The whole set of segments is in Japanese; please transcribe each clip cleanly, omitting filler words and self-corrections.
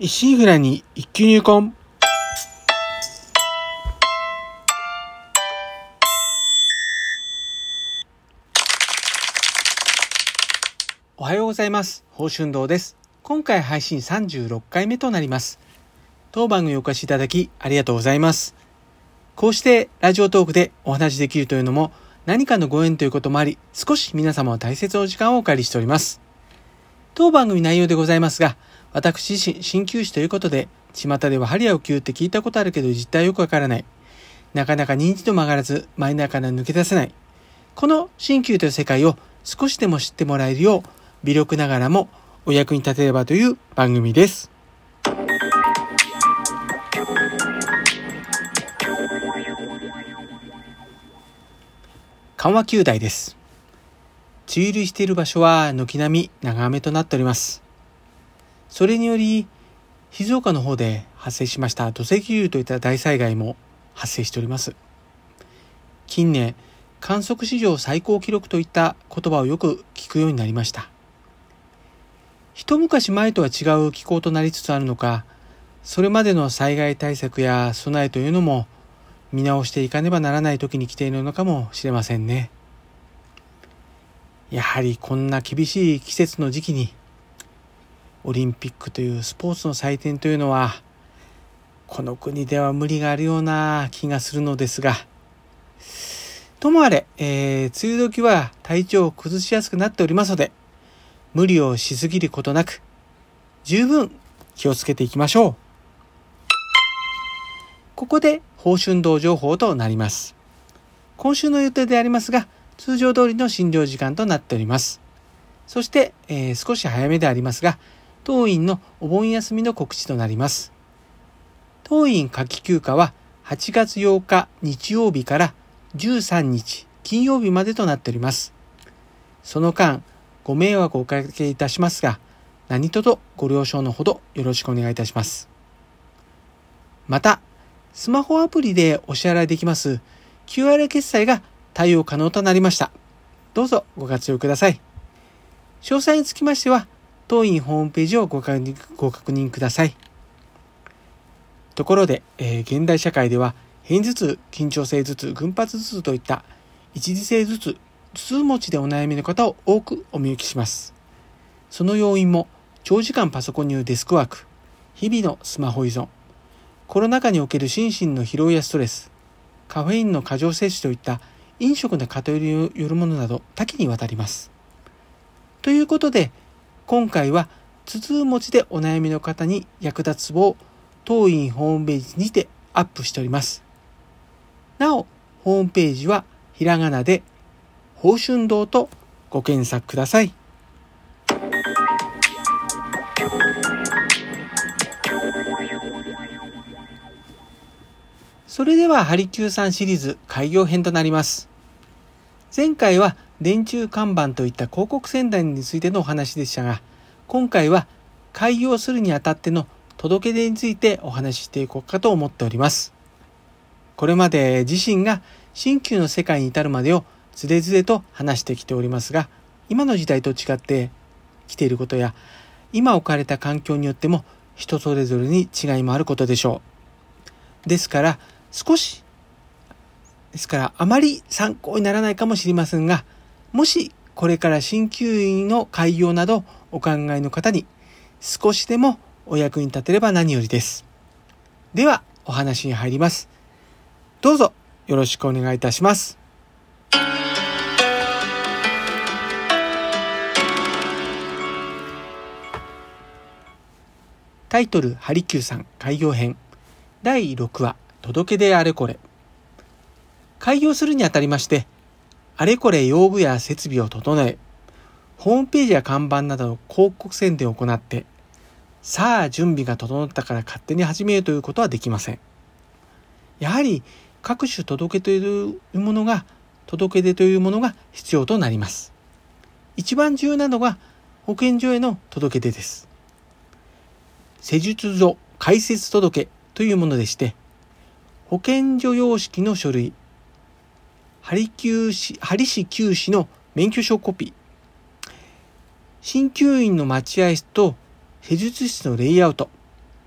一心不乱に一級入魂。おはようございます。宝春堂です。今回配信36回目となります。当番組お越しいただきありがとうございます。こうしてラジオトークでお話しできるというのも何かのご縁ということもあり、少し皆様の大切なお時間をお借りしております。当番組内容でございますが、私自身鍼灸師ということで、巷では針やお灸って聞いたことあるけど実態よくわからない。なかなか認知度も上がらず、マイナーから抜け出せない。この鍼灸という世界を少しでも知ってもらえるよう、微力ながらもお役に立てればという番組です。緩和球大です。梅雨入りしている場所は軒並み長雨となっております。それにより静岡の方で発生しました土石流といった大災害も発生しております。近年観測史上最高記録といった言葉をよく聞くようになりました。一昔前とは違う気候となりつつあるのか、それまでの災害対策や備えというのも見直していかねばならない時に来ているのかもしれませんね。やはりこんな厳しい季節の時期にオリンピックというスポーツの祭典というのはこの国では無理があるような気がするのですが、ともあれ、梅雨時は体調を崩しやすくなっておりますので、無理をしすぎることなく十分気をつけていきましょう。ここで宝春堂情報となります。今週の予定でありますが、通常通りの診療時間となっております。そして、少し早めでありますが、当院のお盆休みの告知となります。当院夏季休暇は8月8日日曜日から13日金曜日までとなっております。その間、ご迷惑をおかけいたしますが、何卒ご了承のほどよろしくお願いいたします。また、スマホアプリでお支払いできます QR 決済が対応可能となりました。どうぞご活用ください。詳細につきましては、当院ホームページをご確認ください。ところで、現代社会では片頭痛、緊張性頭痛、群発頭痛といった一時性頭痛、頭痛持ちでお悩みの方を多くお見受けします。その要因も長時間パソコンによるデスクワーク、日々のスマホ依存、コロナ禍における心身の疲労やストレス、カフェインの過剰摂取といった飲食の偏りによるものなど多岐にわたります。ということで、今回は頭痛持ちでお悩みの方に役立つツボを当院ホームページにてアップしております。なお、ホームページはひらがなで宝春堂とご検索ください。それではハリキューさんシリーズ開業編となります。前回は電柱看板といった広告宣伝についてのお話でしたが、今回は開業するにあたっての届け出についてお話ししていこうかと思っております。これまで自身が鍼灸の世界に至るまでをつれづれと話してきておりますが、今の時代と違ってきていることや、今置かれた環境によっても人それぞれに違いもあることでしょう。ですからあまり参考にならないかもしれませんが、もしこれから鍼灸院の開業などお考えの方に少しでもお役に立てれば何よりです。ではお話に入ります。どうぞよろしくお願いいたします。タイトルハリキューさん開業編第6話届け出あれこれ。開業するにあたりまして、あれこれ用具や設備を整え、ホームページや看板などの広告宣伝を行って、さあ準備が整ったから勝手に始めようということはできません。やはり各種届け出というものが必要となります。一番重要なのが保健所への届け出です。施術所開設届というものでして、保健所様式の書類、針師灸師の免許証コピー、鍼灸院の待合室と施術室のレイアウト、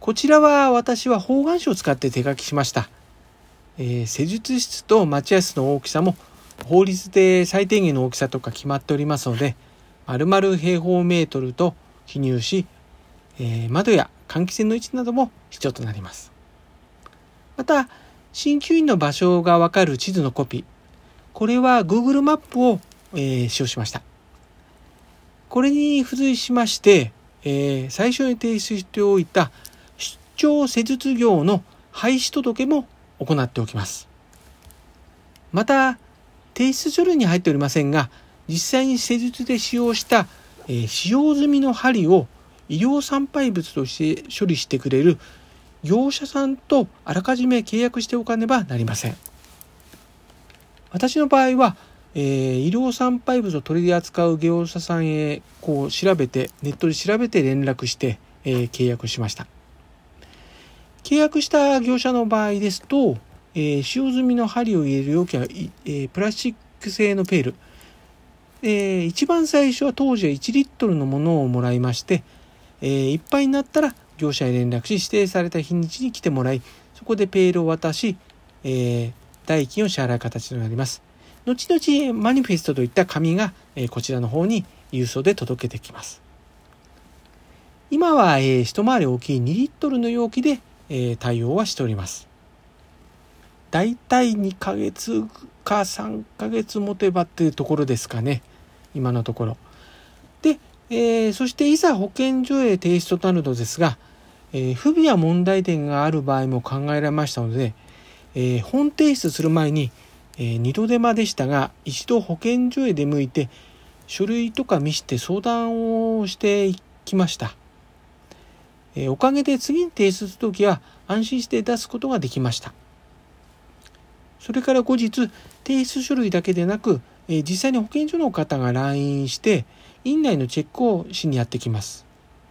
こちらは私は方眼紙を使って手書きしました。施術室と待合室の大きさも法律で最低限の大きさとか決まっておりますので、丸々平方メートルと記入し、窓や換気扇の位置なども必要となります。また、鍼灸院の場所がわかる地図のコピー。これは Google マップを、使用しました。これに付随しまして、最初に提出しておいた出張施術業の廃止届も行っておきます。また、提出書類に入っておりませんが、実際に施術で使用した、使用済みの針を医療産廃物として処理してくれる業者さんとあらかじめ契約しておかねばなりません。私の場合は、医療産廃物を取り扱う業者さんへネットで調べて連絡して、契約しました。契約した業者の場合ですと、使用済みの針を入れる容器は、プラスチック製のペール、一番最初は当時は1リットルのものをもらいまして、いっぱいになったら業者へ連絡し、指定された日にちに来てもらい、そこでペールを渡し、代金を支払う形となります。後々マニフェストといった紙が、こちらの方に郵送で届けてきます。今は、一回り大きい2リットルの容器で、対応はしております。だいたい2ヶ月か3ヶ月持てばっていうところですかね、今のところ。で、そしていざ保健所へ提出となるのですが、不備や問題点がある場合も考えられましたので、本提出する前に、2度手間でしたが、一度保健所へ出向いて書類とか見して相談をしていきました。おかげで次に提出するときは安心して出すことができました。それから後日、提出書類だけでなく、実際に保健所の方が来院して院内のチェックをしにやってきます。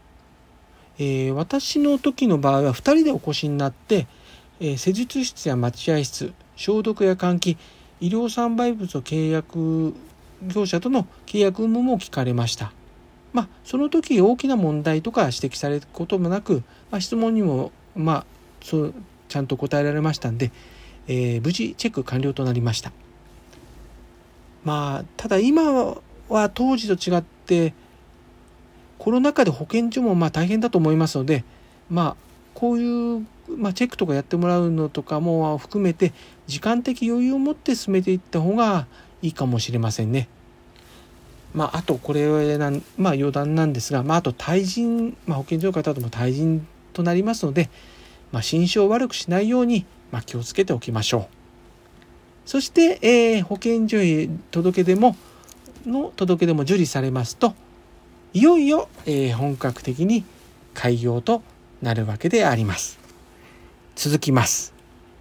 私の時の場合は2人でお越しになって、施術室や待合室、消毒や換気、医療産廃物を契約業者との契約有無も聞かれました。その時大きな問題とか指摘されることもなく、質問にもちゃんと答えられましたんで、無事チェック完了となりました。ただ今は当時と違ってコロナ禍で保健所も大変だと思いますので、こういうチェックとかやってもらうのとかも含めて時間的余裕を持って進めていった方がいいかもしれませんね。あとこれは余談なんですが、あと対人、保健所の方とも対人となりますので、心証を悪くしないように気をつけておきましょう。そして、保健所へ届け出も受理されますと、いよいよ、本格的に開業となるわけであります。続きます。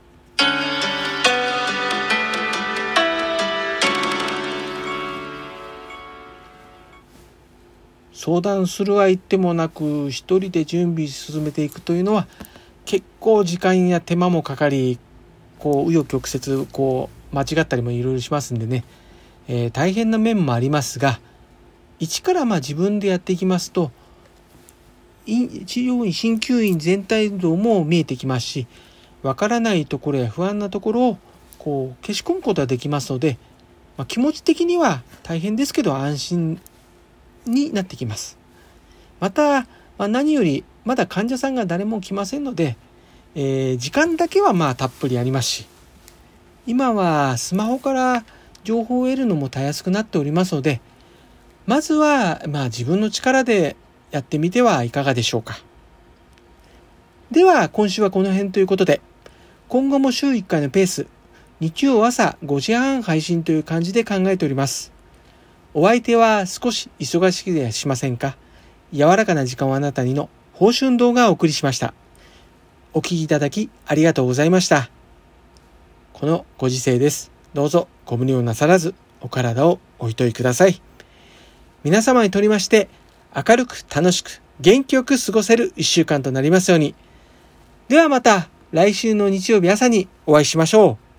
相談する相手もなく一人で準備進めていくというのは結構時間や手間もかかり、紆余曲折間違ったりもいろいろしますんでね、大変な面もありますが、一から自分でやっていきますと治療院鍼灸院全体像も見えてきますし、わからないところや不安なところを消し込むことができますので、気持ち的には大変ですけど安心になってきます。また、何よりまだ患者さんが誰も来ませんので、時間だけはたっぷりありますし、今はスマホから情報を得るのもたやすくなっておりますので、まずは自分の力でやってみてはいかがでしょうか。では今週はこの辺ということで、今後も週1回のペース、日曜朝5時半配信という感じで考えております。お相手は少し忙しくではしませんか。柔らかな時間をあなたにの宝春動画をお送りしました。お聞きいただきありがとうございました。このご時世です。どうぞご無理をなさらずお体をおいといください。皆様にとりまして明るく楽しく元気よく過ごせる1週間となりますように。ではまた来週の日曜日朝にお会いしましょう。